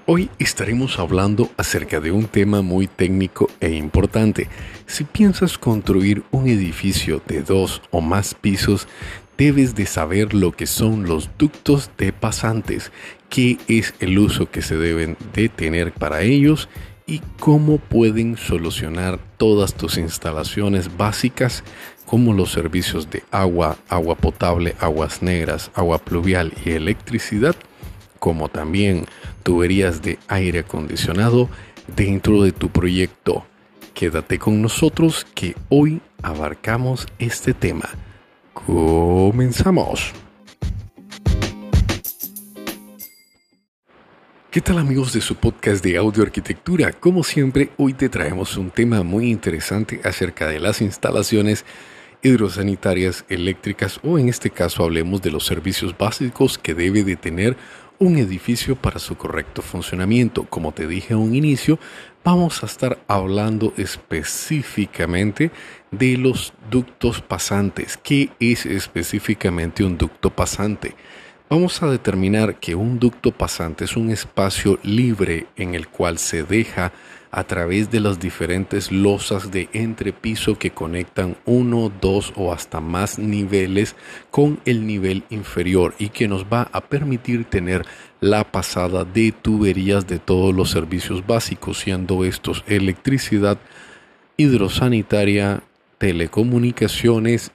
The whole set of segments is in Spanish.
Hoy estaremos hablando acerca de un tema muy técnico e importante. Si piensas construir un edificio de 2 o más pisos, debes de saber lo que son los ductos de pasantes, qué es el uso que se deben de tener para ellos y cómo pueden solucionar todas tus instalaciones básicas como los servicios de agua, agua potable, aguas negras, agua pluvial y electricidad, como también tuberías de aire acondicionado dentro de tu proyecto. Quédate con nosotros que hoy abarcamos este tema. Comenzamos. ¿Qué tal amigos de su podcast de audio arquitectura? Como siempre, hoy te traemos un tema muy interesante acerca de las instalaciones hidrosanitarias, eléctricas o en este caso hablemos de los servicios básicos que debe de tener un edificio para su correcto funcionamiento. Como te dije a un inicio, vamos a estar hablando específicamente de los ductos pasantes. ¿Qué es específicamente un ducto pasante? Vamos a determinar que un ducto pasante es un espacio libre en el cual se deja a través de las diferentes losas de entrepiso que conectan 1, 2 o hasta más niveles con el nivel inferior y que nos va a permitir tener la pasada de tuberías de todos los servicios básicos, siendo estos electricidad, hidrosanitaria, telecomunicaciones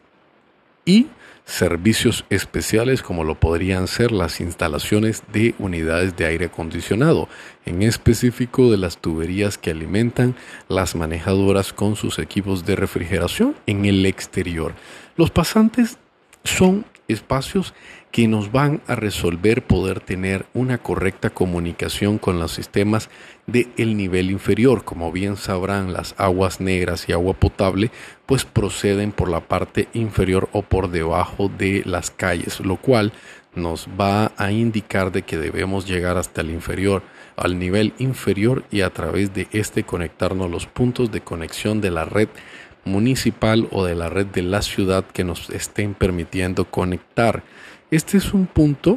y servicios especiales como lo podrían ser las instalaciones de unidades de aire acondicionado, en específico de las tuberías que alimentan las manejadoras con sus equipos de refrigeración en el exterior. Los pasantes son espacios que nos van a resolver poder tener una correcta comunicación con los sistemas del nivel inferior. Como bien sabrán, las aguas negras y agua potable pues proceden por la parte inferior o por debajo de las calles, lo cual nos va a indicar de que debemos llegar hasta el inferior, al nivel inferior, y a través de este conectarnos los puntos de conexión de la red municipal o de la red de la ciudad que nos estén permitiendo conectar. Este es un punto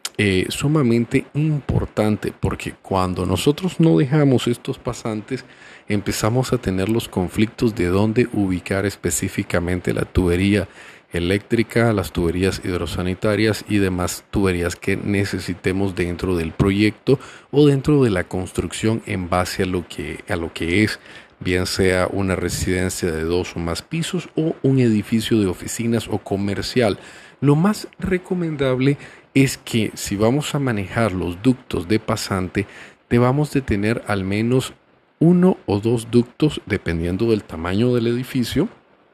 sumamente importante porque cuando nosotros no dejamos estos pasantes empezamos a tener los conflictos de dónde ubicar específicamente la tubería eléctrica, las tuberías hidrosanitarias y demás tuberías que necesitemos dentro del proyecto o dentro de la construcción en base a lo que es, bien sea una residencia de 2 o más pisos o un edificio de oficinas o comercial. Lo más recomendable es que si vamos a manejar los ductos de pasante, debamos de tener al menos 1 o 2 ductos dependiendo del tamaño del edificio.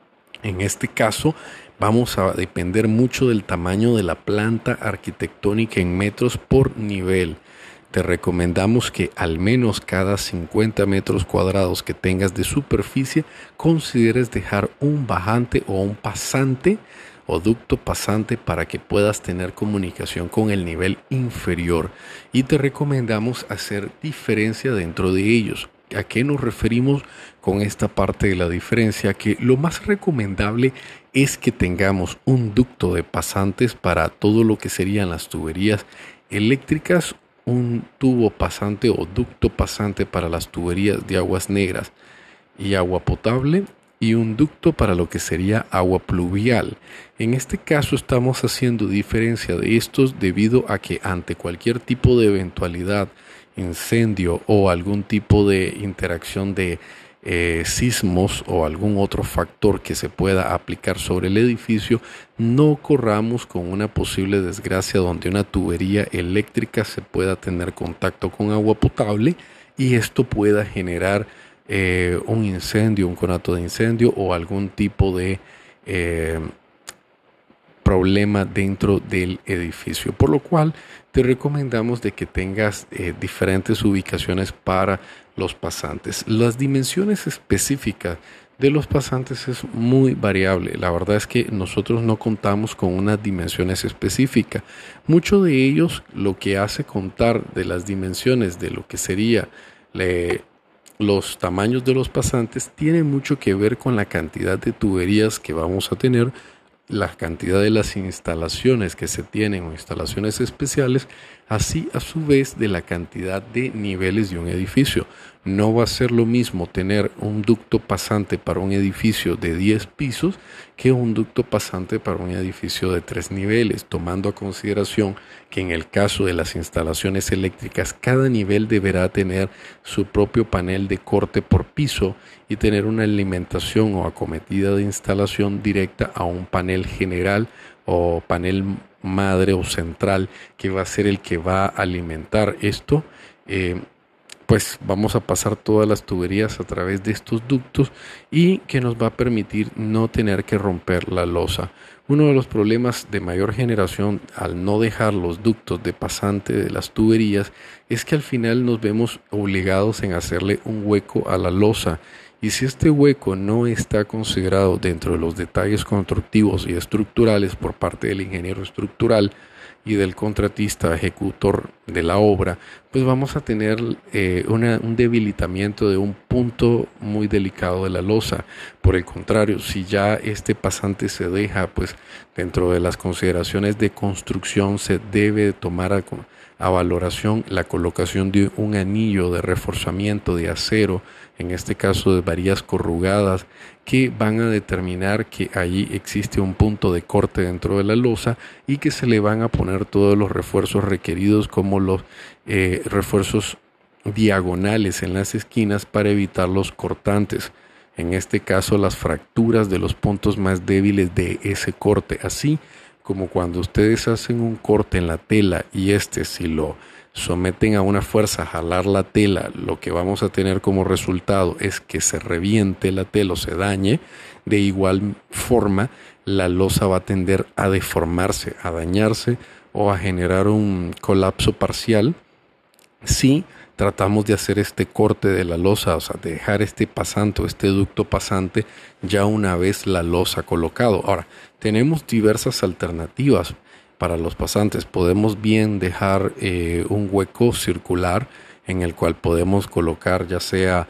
En este caso, vamos a depender mucho del tamaño de la planta arquitectónica en metros por nivel. Te recomendamos que al menos cada 50 metros cuadrados que tengas de superficie consideres dejar un bajante o un pasante o ducto pasante para que puedas tener comunicación con el nivel inferior, y te recomendamos hacer diferencia dentro de ellos. ¿A qué nos referimos con esta parte de la diferencia? Que lo más recomendable es que tengamos un ducto de pasantes para todo lo que serían las tuberías eléctricas, un tubo pasante o ducto pasante para las tuberías de aguas negras y agua potable, y un ducto para lo que sería agua pluvial. En este caso estamos haciendo diferencia de estos debido a que ante cualquier tipo de eventualidad, incendio o algún tipo de interacción de sismos o algún otro factor que se pueda aplicar sobre el edificio, no corramos con una posible desgracia donde una tubería eléctrica se pueda tener contacto con agua potable y esto pueda generar un incendio, un conato de incendio o algún tipo de problema dentro del edificio, por lo cual te recomendamos de que tengas diferentes ubicaciones para los pasantes. Las dimensiones específicas de los pasantes es muy variable. La verdad es que nosotros no contamos con unas dimensiones específicas. Mucho de ellos, lo que hace contar de las dimensiones de lo que sería los tamaños de los pasantes, tiene mucho que ver con la cantidad de tuberías que vamos a tener la cantidad de las instalaciones que se tienen o instalaciones especiales, así a su vez de la cantidad de niveles de un edificio. No va a ser lo mismo tener un ducto pasante para un edificio de 10 pisos que un ducto pasante para un edificio de 3 niveles, tomando a consideración que en el caso de las instalaciones eléctricas cada nivel deberá tener su propio panel de corte por piso y tener una alimentación o acometida de instalación directa a un panel general o panel madre o central que va a ser el que va a alimentar esto. Pues vamos a pasar todas las tuberías a través de estos ductos y que nos va a permitir no tener que romper la losa. Uno de los problemas de mayor generación al no dejar los ductos de pasante de las tuberías es que al final nos vemos obligados en hacerle un hueco a la losa. Y si este hueco no está considerado dentro de los detalles constructivos y estructurales por parte del ingeniero estructural y del contratista ejecutor de la obra, pues vamos a tener un debilitamiento de un punto muy delicado de la losa. Por el contrario, si ya este pasante se deja, pues dentro de las consideraciones de construcción se debe tomar a valoración la colocación de un anillo de reforzamiento de acero, en este caso de varillas corrugadas, que van a determinar que allí existe un punto de corte dentro de la losa y que se le van a poner todos los refuerzos requeridos, como los refuerzos diagonales en las esquinas para evitar los cortantes, en este caso las fracturas de los puntos más débiles de ese corte, así como cuando ustedes hacen un corte en la tela y si lo someten a una fuerza a jalar la tela, lo que vamos a tener como resultado es que se reviente la tela o se dañe. De igual forma, la losa va a tender a deformarse, a dañarse o a generar un colapso parcial si tratamos de hacer este corte de la losa, o sea, de dejar este pasante o este ducto pasante ya una vez la losa colocado. Ahora, tenemos diversas alternativas para los pasantes. Podemos bien dejar un hueco circular en el cual podemos colocar ya sea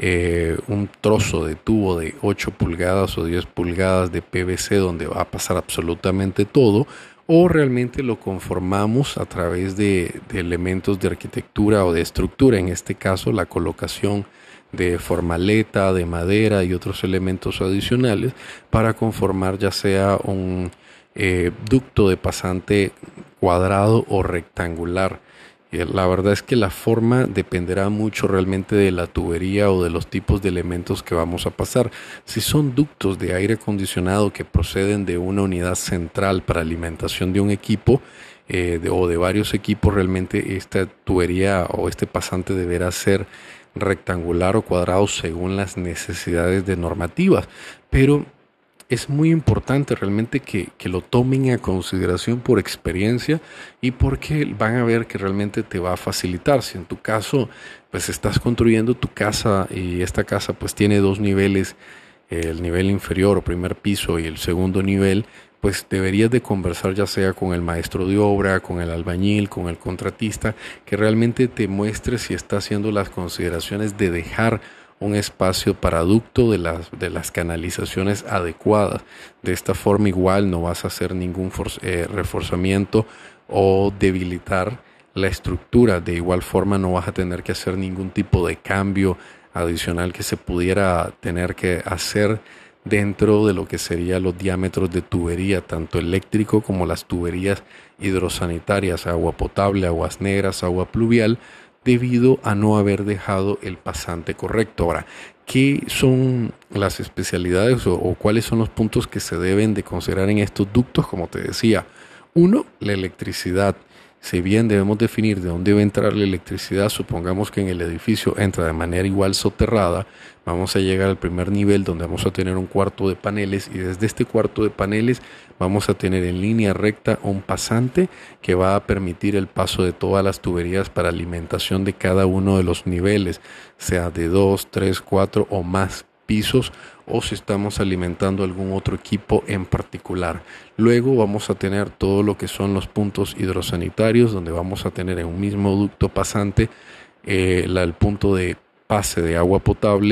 un trozo de tubo de 8 pulgadas o 10 pulgadas de PVC donde va a pasar absolutamente todo, o realmente lo conformamos a través de elementos de arquitectura o de estructura, en este caso la colocación de formaleta, de madera y otros elementos adicionales para conformar ya sea un ducto de pasante cuadrado o rectangular. La verdad es que la forma dependerá mucho realmente de la tubería o de los tipos de elementos que vamos a pasar. Si son ductos de aire acondicionado que proceden de una unidad central para alimentación de un equipo o de varios equipos, realmente esta tubería o este pasante deberá ser rectangular o cuadrado según las necesidades de normativas. Pero es muy importante realmente que lo tomen a consideración por experiencia y porque van a ver que realmente te va a facilitar. Si en tu caso pues estás construyendo tu casa y esta casa pues tiene 2 niveles, el nivel inferior o primer piso y el segundo nivel, pues deberías de conversar ya sea con el maestro de obra, con el albañil, con el contratista, que realmente te muestre si está haciendo las consideraciones de dejar un espacio para ducto de las canalizaciones adecuadas. De esta forma igual no vas a hacer ningún reforzamiento o debilitar la estructura. De igual forma no vas a tener que hacer ningún tipo de cambio adicional que se pudiera tener que hacer dentro de lo que serían los diámetros de tubería, tanto eléctrico como las tuberías hidrosanitarias, agua potable, aguas negras, agua pluvial, debido a no haber dejado el pasante correcto. Ahora, ¿qué son las especialidades o cuáles son los puntos que se deben de considerar en estos ductos? Como te decía, uno, la electricidad. Si bien debemos definir de dónde va a entrar la electricidad, supongamos que en el edificio entra de manera igual soterrada, vamos a llegar al primer nivel donde vamos a tener un cuarto de paneles y desde este cuarto de paneles vamos a tener en línea recta un pasante que va a permitir el paso de todas las tuberías para alimentación de cada uno de los niveles, sea de 2, 3, 4 o más pisos, o si estamos alimentando algún otro equipo en particular. Luego vamos a tener todo lo que son los puntos hidrosanitarios, donde vamos a tener en un mismo ducto pasante el punto de pase de agua potable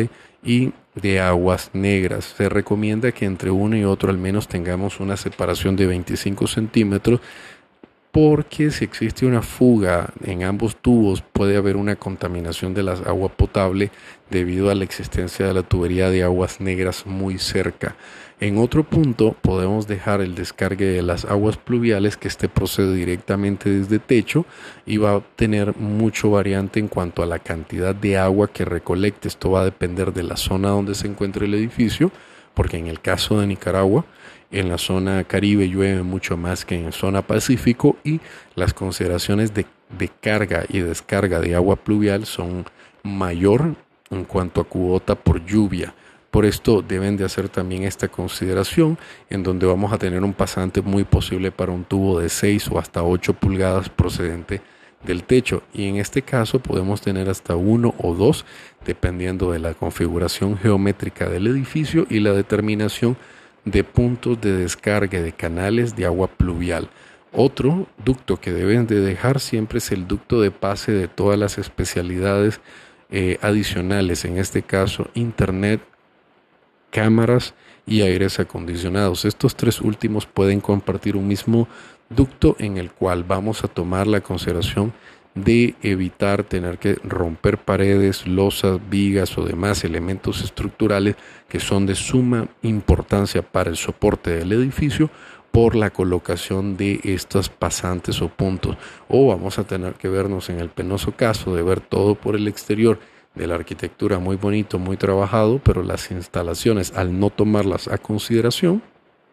y de aguas negras. Se recomienda que entre uno y otro al menos tengamos una separación de 25 centímetros, porque si existe una fuga en ambos tubos puede haber una contaminación de la agua potable debido a la existencia de la tubería de aguas negras muy cerca. En otro punto podemos dejar el descargue de las aguas pluviales, que este procede directamente desde techo y va a tener mucho variante en cuanto a la cantidad de agua que recolecte. Esto va a depender de la zona donde se encuentre el edificio, porque en el caso de Nicaragua, en la zona Caribe llueve mucho más que en la zona Pacífico, y las consideraciones de carga y descarga de agua pluvial son mayor en cuanto a cuota por lluvia. Por esto deben de hacer también esta consideración, en donde vamos a tener un pasante muy posible para un tubo de 6 o hasta 8 pulgadas procedente del techo, y en este caso podemos tener hasta 1 o 2 dependiendo de la configuración geométrica del edificio y la determinación de puntos de descarga de canales de agua pluvial. Otro ducto que deben de dejar siempre es el ducto de pase de todas las especialidades adicionales, en este caso internet, cámaras y aires acondicionados. Estos tres últimos pueden compartir un mismo ducto, en el cual vamos a tomar la consideración de evitar tener que romper paredes, losas, vigas o demás elementos estructurales que son de suma importancia para el soporte del edificio, por la colocación de estas pasantes o puntos. O vamos a tener que vernos en el penoso caso de ver todo por el exterior de la arquitectura muy bonito, muy trabajado, pero las instalaciones, al no tomarlas a consideración,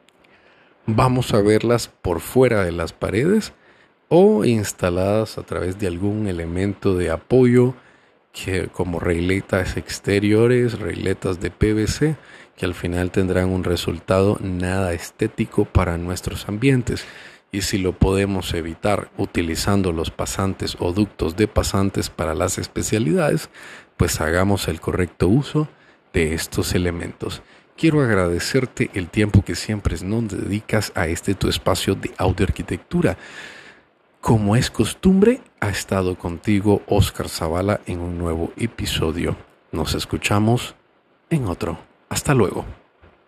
vamos a verlas por fuera de las paredes o instaladas a través de algún elemento de apoyo, que como regletas exteriores, regletas de PVC, que al final tendrán un resultado nada estético para nuestros ambientes. Y si lo podemos evitar utilizando los pasantes o ductos de pasantes para las especialidades, pues hagamos el correcto uso de estos elementos. Quiero agradecerte el tiempo que siempre nos dedicas a este tu espacio de audio arquitectura. Como es costumbre, ha estado contigo Oscar Zavala en un nuevo episodio. Nos escuchamos en otro. Hasta luego.